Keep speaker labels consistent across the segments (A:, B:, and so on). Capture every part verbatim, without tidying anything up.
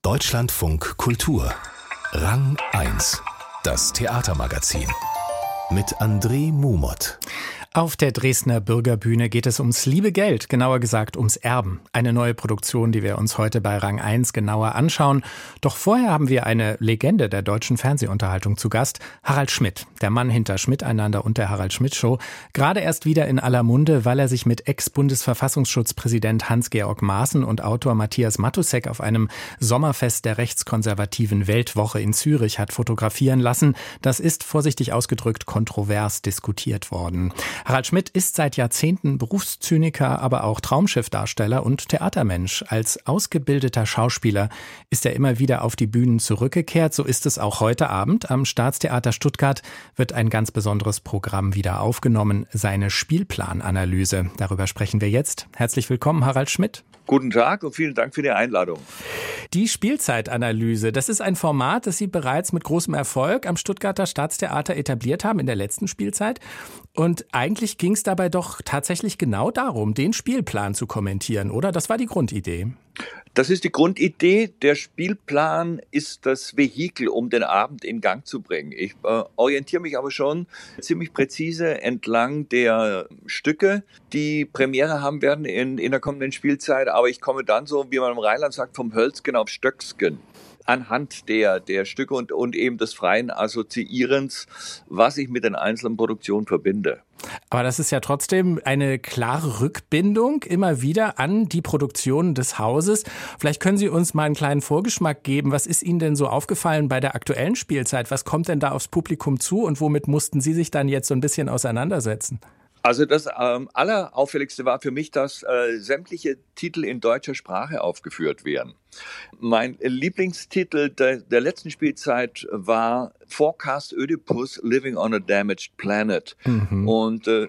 A: Deutschlandfunk Kultur. Rang eins. Das Theatermagazin. Mit André Mumot.
B: Auf der Dresdner Bürgerbühne geht es ums liebe Geld, genauer gesagt ums Erben. Eine neue Produktion, die wir uns heute bei Rang eins genauer anschauen. Doch vorher haben wir eine Legende der deutschen Fernsehunterhaltung zu Gast, Harald Schmidt. Der Mann hinter Schmiteinander und der Harald Schmidt Show. Gerade erst wieder in aller Munde, weil er sich mit Ex-Bundesverfassungsschutzpräsident Hans-Georg Maaßen und Autor Matthias Matussek auf einem Sommerfest der rechtskonservativen Weltwoche in Zürich hat fotografieren lassen. Das ist, vorsichtig ausgedrückt, kontrovers diskutiert worden. Harald Schmidt ist seit Jahrzehnten Berufszyniker, aber auch Traumschiffdarsteller und Theatermensch. Als ausgebildeter Schauspieler ist er immer wieder auf die Bühnen zurückgekehrt. So ist es auch heute Abend. Am Staatstheater Stuttgart wird ein ganz besonderes Programm wieder aufgenommen, seine Spielplananalyse. Darüber sprechen wir jetzt. Herzlich willkommen, Harald Schmidt.
C: Guten Tag und vielen Dank für die Einladung.
B: Die Spielzeitanalyse, das ist ein Format, das Sie bereits mit großem Erfolg am Stuttgarter Staatstheater etabliert haben in der letzten Spielzeit. Und eigentlich ging es dabei doch tatsächlich genau darum, den Spielplan zu kommentieren, oder? Das war die Grundidee.
C: Das ist die Grundidee. Der Spielplan ist das Vehikel, um den Abend in Gang zu bringen. Ich äh, orientiere mich aber schon ziemlich präzise entlang der Stücke, die Premiere haben werden in, in der kommenden Spielzeit. Aber ich komme dann so, wie man im Rheinland sagt, vom Hölzgen auf Stöcksken. Anhand der, der Stücke und, und eben des freien Assoziierens, was ich mit den einzelnen Produktionen verbinde.
B: Aber das ist ja trotzdem eine klare Rückbindung immer wieder an die Produktionen des Hauses. Vielleicht können Sie uns mal einen kleinen Vorgeschmack geben. Was ist Ihnen denn so aufgefallen bei der aktuellen Spielzeit? Was kommt denn da aufs Publikum zu und womit mussten Sie sich dann jetzt so ein bisschen auseinandersetzen?
C: Also das ähm, Allerauffälligste war für mich, dass äh, sämtliche Titel in deutscher Sprache aufgeführt werden. Mein Lieblingstitel der, der letzten Spielzeit war Forecast Oedipus Living on a Damaged Planet. Mhm. Und äh,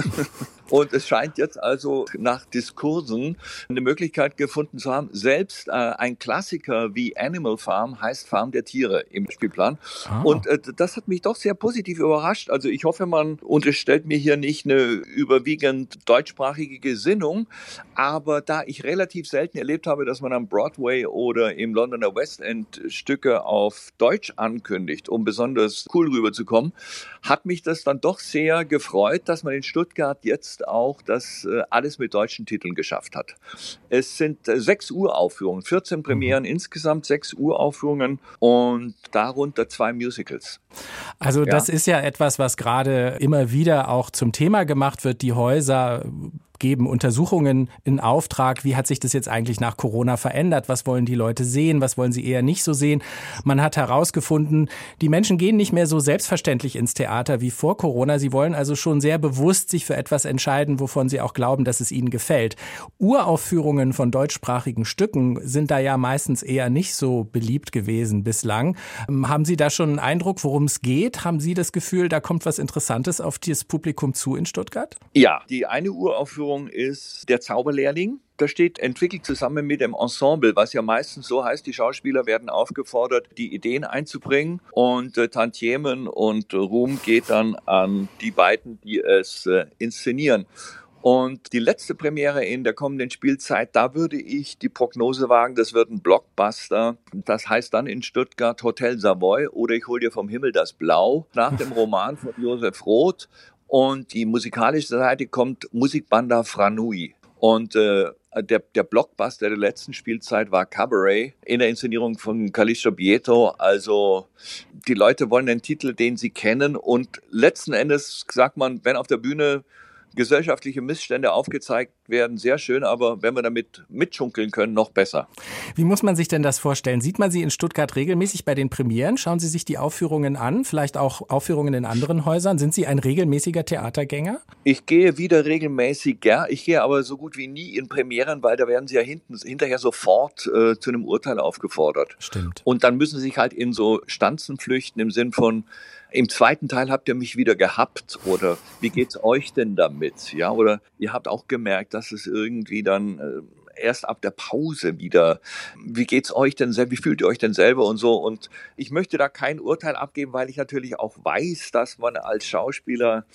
C: Und es scheint jetzt also nach Diskursen eine Möglichkeit gefunden zu haben, selbst äh, ein Klassiker wie Animal Farm heißt Farm der Tiere im Spielplan. Ah. Und äh, das hat mich doch sehr positiv überrascht. Also ich hoffe, man unterstellt mir hier nicht eine überwiegend deutschsprachige Gesinnung. Aber da ich relativ selten erlebt habe, dass man am Broadway oder im Londoner West End Stücke auf Deutsch ankündigt, um besonders cool rüberzukommen, hat mich das dann doch sehr gefreut, dass man in Stuttgart jetzt auch das äh, alles mit deutschen Titeln geschafft hat. Es sind äh, sechs Uraufführungen, vierzehn Premieren, mhm. insgesamt sechs Uraufführungen und darunter zwei Musicals.
B: Also
C: ja.
B: Das ist ja etwas, was gerade immer wieder auch zum Thema gemacht wird. Die Häuser geben Untersuchungen in Auftrag. Wie hat sich das jetzt eigentlich nach Corona verändert? Was wollen die Leute sehen? Was wollen sie eher nicht so sehen? Man hat herausgefunden, die Menschen gehen nicht mehr so selbstverständlich ins Theater wie vor Corona. Sie wollen also schon sehr bewusst sich für etwas entscheiden, wovon sie auch glauben, dass es ihnen gefällt. Uraufführungen von deutschsprachigen Stücken sind da ja meistens eher nicht so beliebt gewesen bislang. Haben Sie da schon einen Eindruck, worum es geht? Haben Sie das Gefühl, da kommt was Interessantes auf das Publikum zu in Stuttgart?
C: Ja, die eine Uraufführung ist Der Zauberlehrling. Das steht entwickelt zusammen mit dem Ensemble, was ja meistens so heißt, die Schauspieler werden aufgefordert, die Ideen einzubringen und äh, Tantiemen und Ruhm geht dann an die beiden, die es äh, inszenieren. Und die letzte Premiere in der kommenden Spielzeit, da würde ich die Prognose wagen, das wird ein Blockbuster. Das heißt dann in Stuttgart Hotel Savoy oder Ich hol dir vom Himmel das Blau, nach dem Roman von Josef Roth. Und die musikalische Seite kommt Musikbanda Franui. Und äh, der, der Blockbuster der letzten Spielzeit war Cabaret in der Inszenierung von Calixto Bieto. Also die Leute wollen den Titel, den sie kennen. Und letzten Endes sagt man, wenn auf der Bühne gesellschaftliche Missstände aufgezeigt werden, sehr schön, aber wenn wir damit mitschunkeln können, noch besser.
B: Wie muss man sich denn das vorstellen? Sieht man Sie in Stuttgart regelmäßig bei den Premieren? Schauen Sie sich die Aufführungen an? Vielleicht auch Aufführungen in anderen Häusern? Sind Sie ein regelmäßiger Theatergänger?
C: Ich gehe wieder regelmäßig, ja. Ich gehe aber so gut wie nie in Premieren, weil da werden Sie ja hinten, hinterher sofort äh, zu einem Urteil aufgefordert.
B: Stimmt.
C: Und dann müssen Sie sich halt in so Stanzen flüchten im Sinn von, im zweiten Teil habt ihr mich wieder gehabt oder wie geht's euch denn damit? Ja, oder ihr habt auch gemerkt, dass es irgendwie dann äh, erst ab der Pause wieder, wie geht's euch denn selber, wie fühlt ihr euch denn selber und so. Und ich möchte da kein Urteil abgeben, weil ich natürlich auch weiß, dass man als Schauspieler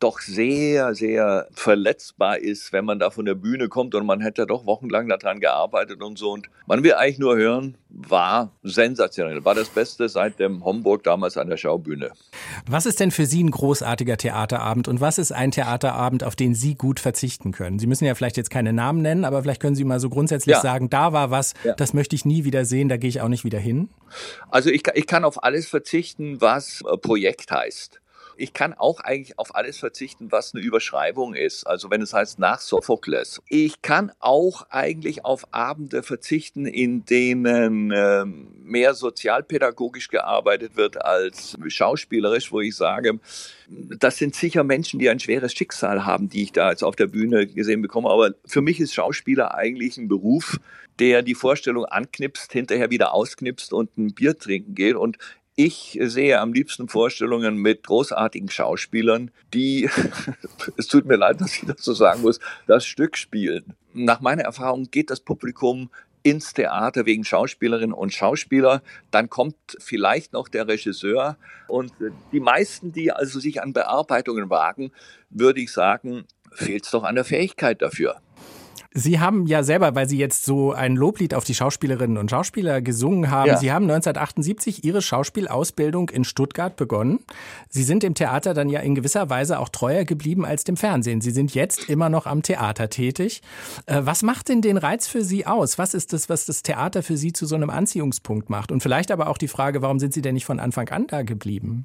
C: doch sehr, sehr verletzbar ist, wenn man da von der Bühne kommt und man hätte doch wochenlang daran gearbeitet und so. Und man will eigentlich nur hören, war sensationell, war das Beste seit dem Homburg damals an der Schaubühne.
B: Was ist denn für Sie ein großartiger Theaterabend und was ist ein Theaterabend, auf den Sie gut verzichten können? Sie müssen ja vielleicht jetzt keine Namen nennen, aber vielleicht können Sie mal so grundsätzlich ja. sagen, da war was, ja. das möchte ich nie wieder sehen, da gehe ich auch nicht wieder hin.
C: Also ich, ich kann auf alles verzichten, was Projekt heißt. Ich kann auch eigentlich auf alles verzichten, was eine Überschreibung ist. Also wenn es heißt nach Sophokles. Ich kann auch eigentlich auf Abende verzichten, in denen äh, mehr sozialpädagogisch gearbeitet wird als schauspielerisch, wo ich sage, das sind sicher Menschen, die ein schweres Schicksal haben, die ich da jetzt auf der Bühne gesehen bekomme. Aber für mich ist Schauspieler eigentlich ein Beruf, der die Vorstellung anknipst, hinterher wieder ausknipst und ein Bier trinken geht. Und ich sehe am liebsten Vorstellungen mit großartigen Schauspielern, die, es tut mir leid, dass ich das so sagen muss, das Stück spielen. Nach meiner Erfahrung geht das Publikum ins Theater wegen Schauspielerinnen und Schauspieler. Dann kommt vielleicht noch der Regisseur. Und die meisten, die also sich an Bearbeitungen wagen, würde ich sagen, fehlt es doch an der Fähigkeit dafür.
B: Sie haben ja selber, weil Sie jetzt so ein Loblied auf die Schauspielerinnen und Schauspieler gesungen haben, ja. Sie haben neunzehnhundertachtundsiebzig Ihre Schauspielausbildung in Stuttgart begonnen. Sie sind dem Theater dann ja in gewisser Weise auch treuer geblieben als dem Fernsehen. Sie sind jetzt immer noch am Theater tätig. Was macht denn den Reiz für Sie aus? Was ist das, was das Theater für Sie zu so einem Anziehungspunkt macht? Und vielleicht aber auch die Frage, warum sind Sie denn nicht von Anfang an da geblieben?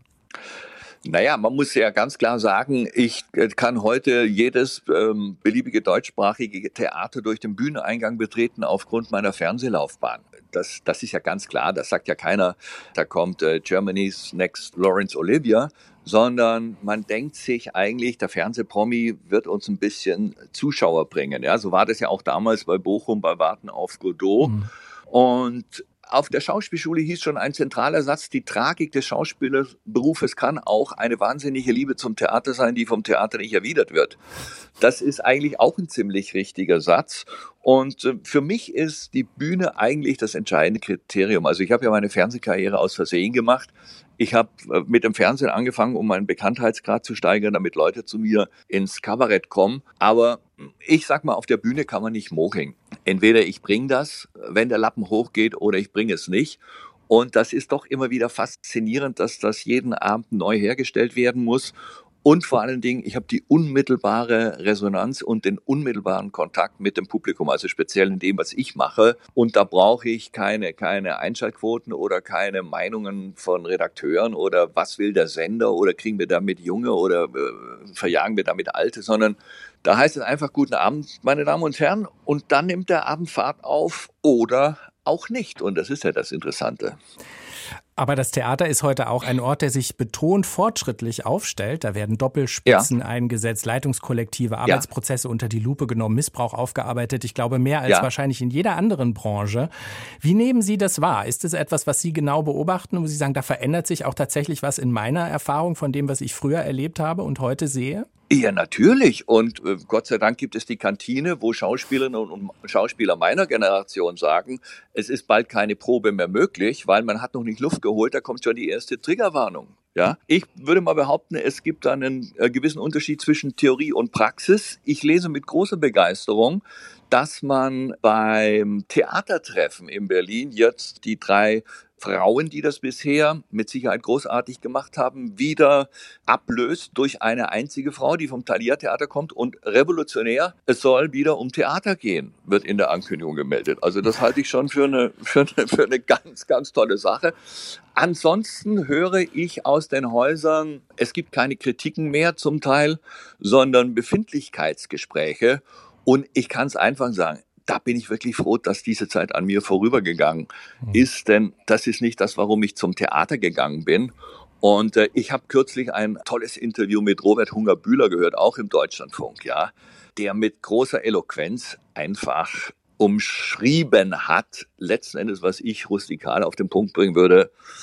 C: Naja, man muss ja ganz klar sagen, ich kann heute jedes ähm, beliebige deutschsprachige Theater durch den Bühneneingang betreten aufgrund meiner Fernsehlaufbahn. Das, das ist ja ganz klar, das sagt ja keiner, da kommt äh, Germany's Next Laurence Olivier, sondern man denkt sich eigentlich, der Fernsehpromi wird uns ein bisschen Zuschauer bringen. Ja, so war das ja auch damals bei Bochum, bei Warten auf Godot. Mhm. Und auf der Schauspielschule hieß schon ein zentraler Satz, die Tragik des Schauspielerberufes kann auch eine wahnsinnige Liebe zum Theater sein, die vom Theater nicht erwidert wird. Das ist eigentlich auch ein ziemlich richtiger Satz. Und für mich ist die Bühne eigentlich das entscheidende Kriterium. Also ich habe ja meine Fernsehkarriere aus Versehen gemacht. Ich habe mit dem Fernsehen angefangen, um meinen Bekanntheitsgrad zu steigern, damit Leute zu mir ins Kabarett kommen. Aber ich sag mal, auf der Bühne kann man nicht mogeln. Entweder ich bringe das, wenn der Lappen hochgeht, oder ich bringe es nicht. Und das ist doch immer wieder faszinierend, dass das jeden Abend neu hergestellt werden muss. Und vor allen Dingen, ich habe die unmittelbare Resonanz und den unmittelbaren Kontakt mit dem Publikum, also speziell in dem, was ich mache. Und da brauche ich keine, keine Einschaltquoten oder keine Meinungen von Redakteuren oder was will der Sender oder kriegen wir damit Junge oder äh, verjagen wir damit Alte, sondern da heißt es einfach, guten Abend, meine Damen und Herren. Und dann nimmt der Abend Fahrt auf oder auch nicht. Und das ist ja das Interessante.
B: Aber das Theater ist heute auch ein Ort, der sich betont fortschrittlich aufstellt. Da werden Doppelspitzen ja. eingesetzt, Leitungskollektive, Arbeitsprozesse ja. unter die Lupe genommen, Missbrauch aufgearbeitet. Ich glaube, mehr als ja. wahrscheinlich in jeder anderen Branche. Wie nehmen Sie das wahr? Ist es etwas, was Sie genau beobachten, wo Sie sagen, da verändert sich auch tatsächlich was in meiner Erfahrung von dem, was ich früher erlebt habe und heute sehe?
C: Ja, natürlich. Und äh, Gott sei Dank gibt es die Kantine, wo Schauspielerinnen und Schauspieler meiner Generation sagen, es ist bald keine Probe mehr möglich, weil man hat noch nicht Luft geholt, da kommt schon die erste Triggerwarnung. Ja, ich würde mal behaupten, es gibt einen äh, gewissen Unterschied zwischen Theorie und Praxis. Ich lese mit großer Begeisterung, dass man beim Theatertreffen in Berlin jetzt die drei Frauen, die das bisher mit Sicherheit großartig gemacht haben, wieder ablöst durch eine einzige Frau, die vom Thalia-Theater kommt und revolutionär, es soll wieder um Theater gehen, wird in der Ankündigung gemeldet. Also das halte ich schon für eine, für eine, für eine ganz, ganz tolle Sache. Ansonsten höre ich aus den Häusern, es gibt keine Kritiken mehr zum Teil, sondern Befindlichkeitsgespräche. Und ich kann es einfach sagen, da bin ich wirklich froh, dass diese Zeit an mir vorübergegangen ist, denn das ist nicht das, warum ich zum Theater gegangen bin. Und äh, ich habe kürzlich ein tolles Interview mit Robert Hunger-Bühler gehört, auch im Deutschlandfunk, ja, der mit großer Eloquenz einfach umschrieben hat, letzten Endes, was ich rustikal auf den Punkt bringen würde.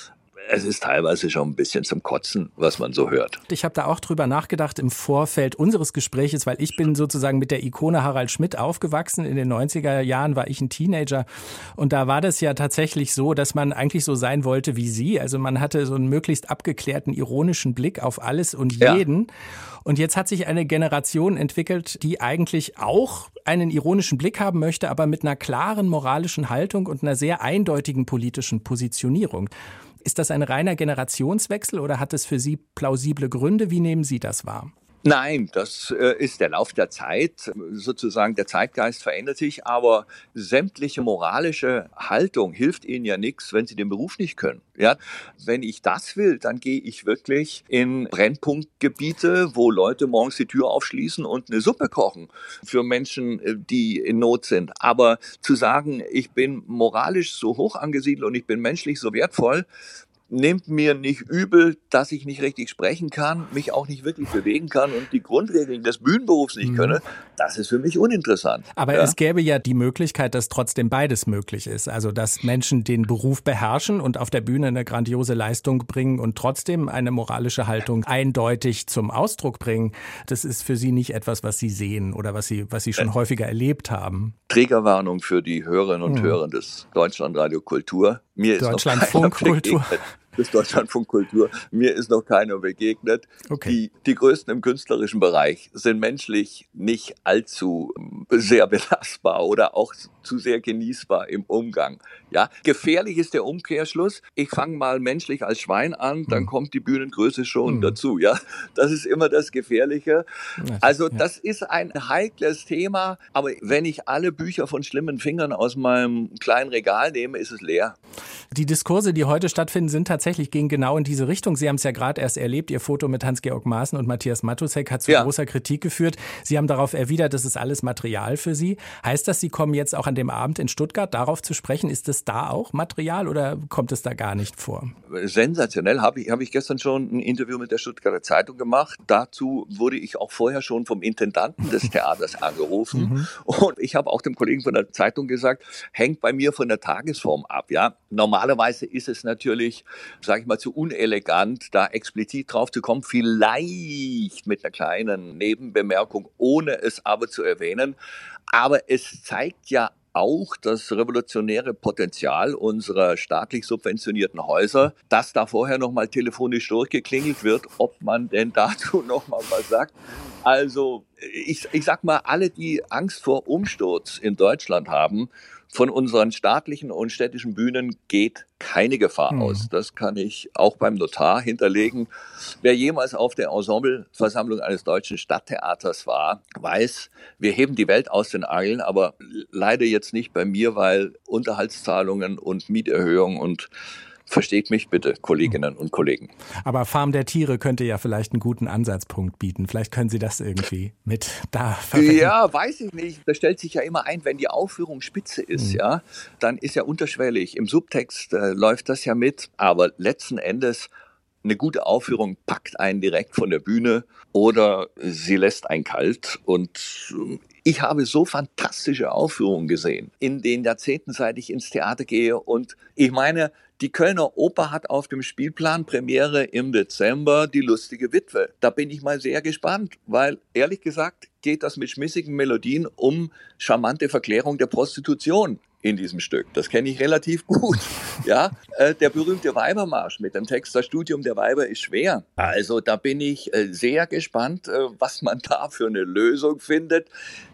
C: es ist teilweise schon ein bisschen zum Kotzen, was man so hört.
B: Ich habe da auch drüber nachgedacht im Vorfeld unseres Gespräches, weil ich bin sozusagen mit der Ikone Harald Schmidt aufgewachsen. In den neunziger Jahren war ich ein Teenager und da war das ja tatsächlich so, dass man eigentlich so sein wollte wie sie. Also man hatte so einen möglichst abgeklärten, ironischen Blick auf alles und jeden. Ja. Und jetzt hat sich eine Generation entwickelt, die eigentlich auch einen ironischen Blick haben möchte, aber mit einer klaren moralischen Haltung und einer sehr eindeutigen politischen Positionierung. Ist das ein reiner Generationswechsel oder hat es für Sie plausible Gründe? Wie nehmen Sie das wahr?
C: Nein, das äh, ist der Lauf der Zeit. Sozusagen der Zeitgeist verändert sich, aber sämtliche moralische Haltung hilft Ihnen ja nichts, wenn Sie den Beruf nicht können. Ja, wenn ich das will, dann gehe ich wirklich in Brennpunktgebiete, wo Leute morgens die Tür aufschließen und eine Suppe kochen für Menschen, die in Not sind. Aber zu sagen, ich bin moralisch so hoch angesiedelt und ich bin menschlich so wertvoll, nehmt mir nicht übel, dass ich nicht richtig sprechen kann, mich auch nicht wirklich bewegen kann und die Grundregeln des Bühnenberufs nicht könne. Das ist für mich uninteressant.
B: Aber ja? Es gäbe ja die Möglichkeit, dass trotzdem beides möglich ist. Also, dass Menschen den Beruf beherrschen und auf der Bühne eine grandiose Leistung bringen und trotzdem eine moralische Haltung eindeutig zum Ausdruck bringen. Das ist für Sie nicht etwas, was Sie sehen oder was Sie, was Sie schon äh, häufiger erlebt haben.
C: Triggerwarnung für die Hörerinnen und hm. Hörer des Deutschlandradio Kultur. Mir ist
B: Deutschlandfunk Kultur.
C: Des Deutschlandfunk Kultur. Mir ist noch keiner begegnet. Okay. Die, die Größten im künstlerischen Bereich sind menschlich nicht allzu sehr belastbar oder auch zu sehr genießbar im Umgang. Ja, gefährlich ist der Umkehrschluss. Ich fange mal menschlich als Schwein an, dann hm. kommt die Bühnengröße schon hm. dazu. Ja, das ist immer das Gefährliche. Also das ist ein heikles Thema. Aber wenn ich alle Bücher von Schlimmen Fingern aus meinem kleinen Regal nehme, ist es leer.
B: Die Diskurse, die heute stattfinden, sind tatsächlich gehen genau in diese Richtung. Sie haben es ja gerade erst erlebt. Ihr Foto mit Hans-Georg Maaßen und Matthias Matusek hat zu ja. großer Kritik geführt. Sie haben darauf erwidert, das ist alles Material für Sie. Heißt das, Sie kommen jetzt auch an dem Abend in Stuttgart darauf zu sprechen? Ist das da auch Material oder kommt es da gar nicht vor?
C: Sensationell. Habe ich, habe ich gestern schon ein Interview mit der Stuttgarter Zeitung gemacht. Dazu wurde ich auch vorher schon vom Intendanten des Theaters angerufen. Mhm. Und ich habe auch dem Kollegen von der Zeitung gesagt, hängt bei mir von der Tagesform ab. Ja, normalerweise ist es natürlich, sage ich mal, zu unelegant, da explizit drauf zu kommen. Vielleicht mit einer kleinen Nebenbemerkung, ohne es aber zu erwähnen. Aber es zeigt ja auch das revolutionäre Potenzial unserer staatlich subventionierten Häuser, dass da vorher nochmal telefonisch durchgeklingelt wird, ob man denn dazu nochmal was sagt. Also ich, ich sag mal, alle, die Angst vor Umsturz in Deutschland haben, von unseren staatlichen und städtischen Bühnen geht keine Gefahr mhm. aus. Das kann ich auch beim Notar hinterlegen. Wer jemals auf der Ensembleversammlung eines deutschen Stadttheaters war, weiß, wir heben die Welt aus den Angeln, aber leider jetzt nicht bei mir, weil Unterhaltszahlungen und Mieterhöhungen und versteht mich bitte, Kolleginnen und Kollegen.
B: Aber Farm der Tiere könnte ja vielleicht einen guten Ansatzpunkt bieten. Vielleicht können Sie das irgendwie mit da verwenden.
C: Ja, weiß ich nicht. Da stellt sich ja immer ein, wenn die Aufführung spitze ist, mhm. ja, dann ist ja unterschwellig. Im Subtext äh, läuft das ja mit. Aber letzten Endes, eine gute Aufführung packt einen direkt von der Bühne oder sie lässt einen kalt. Und ich habe so fantastische Aufführungen gesehen in den Jahrzehnten, seit ich ins Theater gehe. Und ich meine, die Kölner Oper hat auf dem Spielplan Premiere im Dezember Die lustige Witwe. Da bin ich mal sehr gespannt, weil ehrlich gesagt geht das mit schmissigen Melodien um charmante Verklärung der Prostitution in diesem Stück. Das kenne ich relativ gut. Ja, äh, der berühmte Weibermarsch mit dem Text Das Studium der Weiber ist schwer. Also da bin ich äh, sehr gespannt, äh, was man da für eine Lösung findet.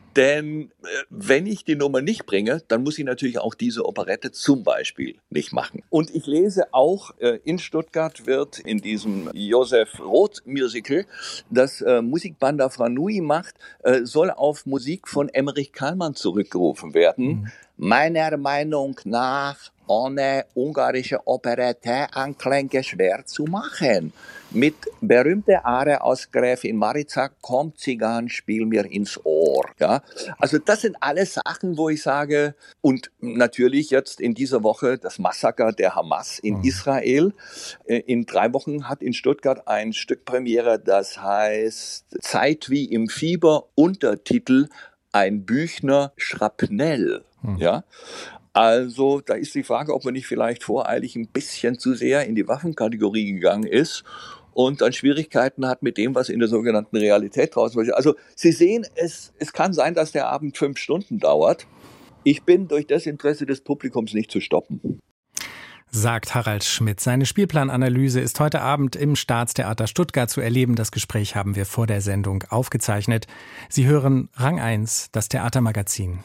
C: Denn äh, wenn ich die Nummer nicht bringe, dann muss ich natürlich auch diese Operette zum Beispiel nicht machen. Und ich lese auch, äh, in Stuttgart wird in diesem Josef Roth Musical, das äh, Musikband Franui macht, äh, soll auf Musik von Emmerich Kallmann zurückgerufen werden. Mhm. Meiner Meinung nach ohne ungarische Operette Anklänge schwer zu machen. Mit berühmter Arie aus Gräfin Marica, Komm Zigan, spiel mir ins Ohr. Ja, also das sind alles Sachen, wo ich sage, und natürlich jetzt in dieser Woche das Massaker der Hamas in mhm. Israel. In drei Wochen hat in Stuttgart ein Stück Premiere, das heißt Zeit wie im Fieber, Untertitel Ein Büchner Schrapnell. Mhm. Ja, Also da ist die Frage, ob man nicht vielleicht voreilig ein bisschen zu sehr in die Waffenkategorie gegangen ist und dann Schwierigkeiten hat mit dem, was in der sogenannten Realität draußen ist. Also Sie sehen, es, es kann sein, dass der Abend fünf Stunden dauert. Ich bin durch das Interesse des Publikums nicht zu stoppen.
B: Sagt Harald Schmidt. Seine Spielplananalyse ist heute Abend im Staatstheater Stuttgart zu erleben. Das Gespräch haben wir vor der Sendung aufgezeichnet. Sie hören Rang eins, das Theatermagazin.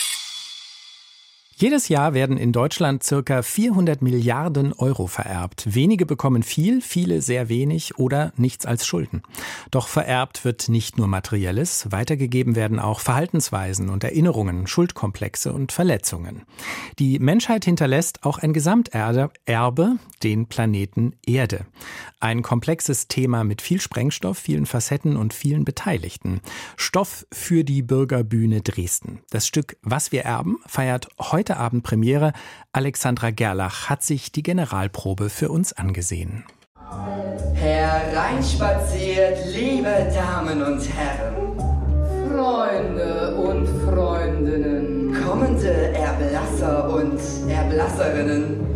B: Jedes Jahr werden in Deutschland circa vierhundert Milliarden Euro vererbt. Wenige bekommen viel, viele sehr wenig oder nichts als Schulden. Doch vererbt wird nicht nur Materielles, weitergegeben werden auch Verhaltensweisen und Erinnerungen, Schuldkomplexe und Verletzungen. Die Menschheit hinterlässt auch ein Gesamterbe, den Planeten Erde. Ein komplexes Thema mit viel Sprengstoff, vielen Facetten und vielen Beteiligten. Stoff für die Bürgerbühne Dresden. Das Stück Was wir erben feiert heute Abend Premiere. Alexandra Gerlach hat sich die Generalprobe für uns angesehen.
D: Hereinspaziert, liebe Damen und Herren.
E: Freunde und Freundinnen.
D: Kommende Erblasser und Erblasserinnen.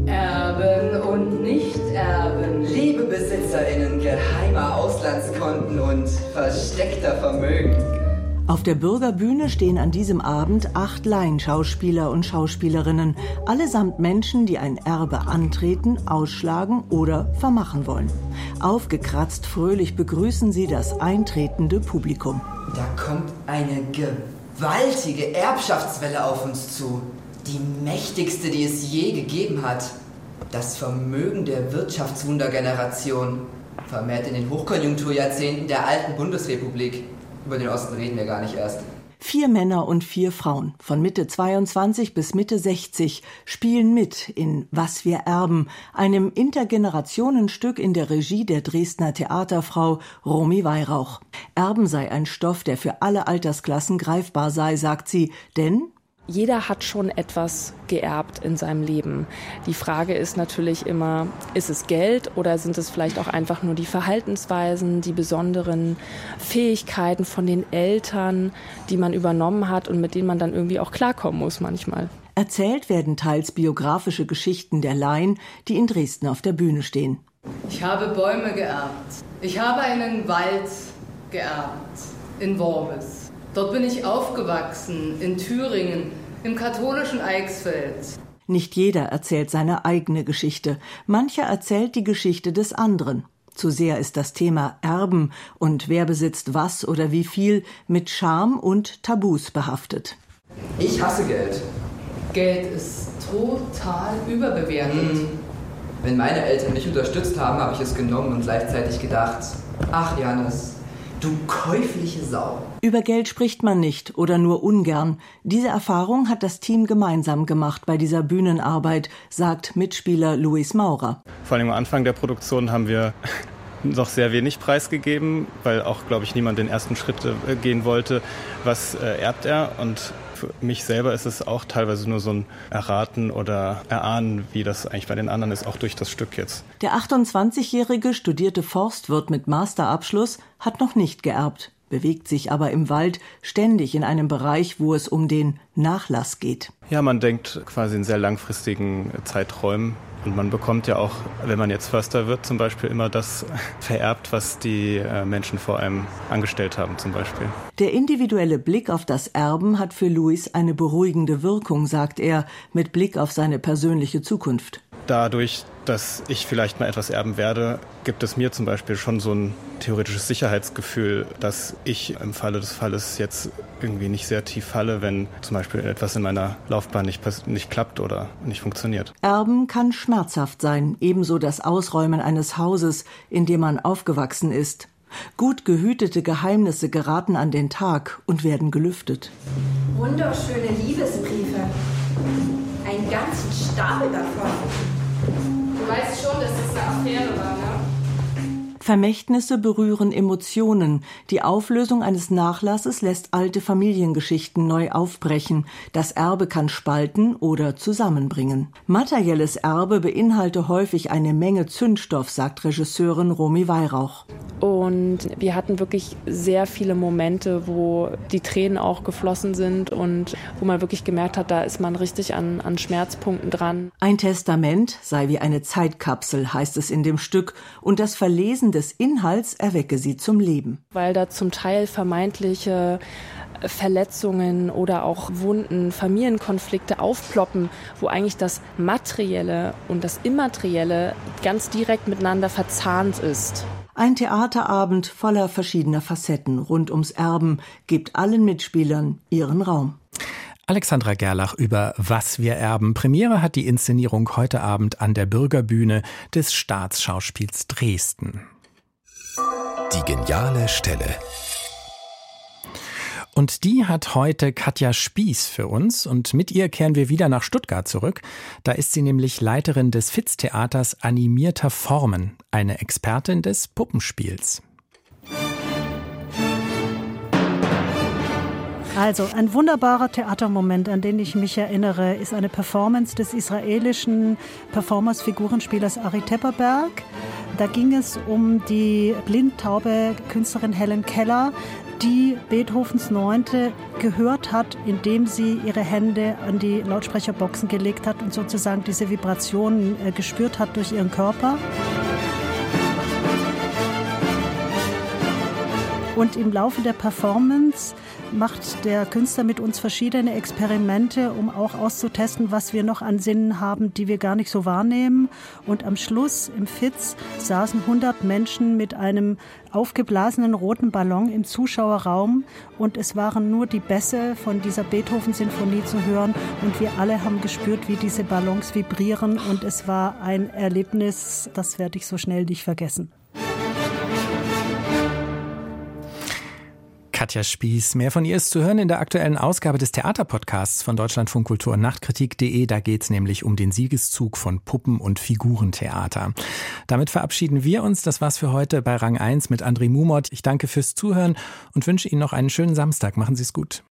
E: Erben und Nicht-Erben.
D: Liebe BesitzerInnen geheimer Auslandskonten und versteckter Vermögen.
F: Auf der Bürgerbühne stehen an diesem Abend acht Laienschauspieler und Schauspielerinnen, allesamt Menschen, die ein Erbe antreten, ausschlagen oder vermachen wollen. Aufgekratzt fröhlich begrüßen sie das eintretende Publikum.
D: Da kommt eine gewaltige Erbschaftswelle auf uns zu. Die mächtigste, die es je gegeben hat. Das Vermögen der Wirtschaftswundergeneration. Vermehrt in den Hochkonjunkturjahrzehnten der alten Bundesrepublik. Über den Osten reden wir gar nicht erst.
F: Vier Männer und vier Frauen von Mitte zweiundzwanzig bis Mitte sechzig spielen mit in Was wir erben, einem Intergenerationenstück in der Regie der Dresdner Theaterfrau Romy Weihrauch. Erben sei ein Stoff, der für alle Altersklassen greifbar sei, sagt sie, denn
G: jeder hat schon etwas geerbt in seinem Leben. Die Frage ist natürlich immer, ist es Geld oder sind es vielleicht auch einfach nur die Verhaltensweisen, die besonderen Fähigkeiten von den Eltern, die man übernommen hat und mit denen man dann irgendwie auch klarkommen muss manchmal.
F: Erzählt werden teils biografische Geschichten der Laien, die in Dresden auf der Bühne stehen.
E: Ich habe Bäume geerbt. Ich habe einen Wald geerbt in Worbis. Dort bin ich aufgewachsen, in Thüringen, im katholischen Eichsfeld.
F: Nicht jeder erzählt seine eigene Geschichte. Mancher erzählt die Geschichte des anderen. Zu sehr ist das Thema Erben und wer besitzt was oder wie viel mit Scham und Tabus behaftet.
D: Ich hasse Geld.
E: Geld ist total überbewertet.
D: Hm. Wenn meine Eltern mich unterstützt haben, habe ich es genommen und gleichzeitig gedacht, ach Janis, du käufliche Sau.
F: Über Geld spricht man nicht oder nur ungern. Diese Erfahrung hat das Team gemeinsam gemacht bei dieser Bühnenarbeit, sagt Mitspieler Luis Maurer.
H: Vor allem am Anfang der Produktion haben wir noch sehr wenig preisgegeben, weil auch, glaube ich, niemand den ersten Schritt äh, gehen wollte. Was äh, erbt er? Und für mich selber ist es auch teilweise nur so ein Erraten oder Erahnen, wie das eigentlich bei den anderen ist, auch durch das Stück jetzt.
F: Der achtundzwanzigjährige studierte Forstwirt mit Masterabschluss hat noch nicht geerbt, bewegt sich aber im Wald ständig in einem Bereich, wo es um den Nachlass geht.
H: Ja, man denkt quasi in sehr langfristigen Zeiträumen. Und man bekommt ja auch, wenn man jetzt Förster wird, zum Beispiel immer das vererbt, was die Menschen vor einem angestellt haben zum Beispiel.
F: Der individuelle Blick auf das Erben hat für Luis eine beruhigende Wirkung, sagt er, mit Blick auf seine persönliche Zukunft.
H: Dadurch, dass ich vielleicht mal etwas erben werde, gibt es mir zum Beispiel schon so ein theoretisches Sicherheitsgefühl, dass ich im Falle des Falles jetzt irgendwie nicht sehr tief falle, wenn zum Beispiel etwas in meiner Laufbahn nicht, nicht klappt oder nicht funktioniert.
F: Erben kann schmerzhaft sein, ebenso das Ausräumen eines Hauses, in dem man aufgewachsen ist. Gut gehütete Geheimnisse geraten an den Tag und werden gelüftet.
I: Wunderschöne Liebesbriefe. Einen ganzen Stapel davon.
E: Du weißt schon, dass das eine Affäre war, ne?
F: Vermächtnisse berühren Emotionen. Die Auflösung eines Nachlasses lässt alte Familiengeschichten neu aufbrechen. Das Erbe kann spalten oder zusammenbringen. Materielles Erbe beinhalte häufig eine Menge Zündstoff, sagt Regisseurin Romy Weihrauch.
G: Oh, Und wir hatten wirklich sehr viele Momente, wo die Tränen auch geflossen sind und wo man wirklich gemerkt hat, da ist man richtig an, an Schmerzpunkten dran.
F: Ein Testament sei wie eine Zeitkapsel, heißt es in dem Stück, und das Verlesen des Inhalts erwecke sie zum Leben.
G: Weil da zum Teil vermeintliche Verletzungen oder auch Wunden, Familienkonflikte aufploppen, wo eigentlich das Materielle und das Immaterielle ganz direkt miteinander verzahnt ist.
F: Ein Theaterabend voller verschiedener Facetten rund ums Erben gibt allen Mitspielern ihren Raum.
B: Alexandra Gerlach über Was wir erben. Premiere hat die Inszenierung heute Abend an der Bürgerbühne des Staatsschauspiels Dresden.
A: Die geniale Stelle.
B: Und die hat heute Katja Spieß für uns und mit ihr kehren wir wieder nach Stuttgart zurück. Da ist sie nämlich Leiterin des Fitz-Theaters Animierter Formen, eine Expertin des Puppenspiels.
J: Also ein wunderbarer Theatermoment, an den ich mich erinnere, ist eine Performance des israelischen Performers-Figurenspielers Ari Tepperberg. Da ging es um die blindtaube Künstlerin Helen Keller, die Beethovens Neunte gehört hat, indem sie ihre Hände an die Lautsprecherboxen gelegt hat und sozusagen diese Vibrationen äh, gespürt hat durch ihren Körper. Und im Laufe der Performance macht der Künstler mit uns verschiedene Experimente, um auch auszutesten, was wir noch an Sinnen haben, die wir gar nicht so wahrnehmen. Und am Schluss im Fitz saßen hundert Menschen mit einem aufgeblasenen roten Ballon im Zuschauerraum und es waren nur die Bässe von dieser Beethoven-Sinfonie zu hören und wir alle haben gespürt, wie diese Ballons vibrieren und es war ein Erlebnis, das werde ich so schnell nicht vergessen.
B: Katja Spieß. Mehr von ihr ist zu hören in der aktuellen Ausgabe des Theaterpodcasts von Deutschlandfunk Kultur und Nachtkritik punkt de. Da geht es nämlich um den Siegeszug von Puppen- und Figurentheater. Damit verabschieden wir uns. Das war's für heute bei Rang eins mit André Mumot. Ich danke fürs Zuhören und wünsche Ihnen noch einen schönen Samstag. Machen Sie es gut.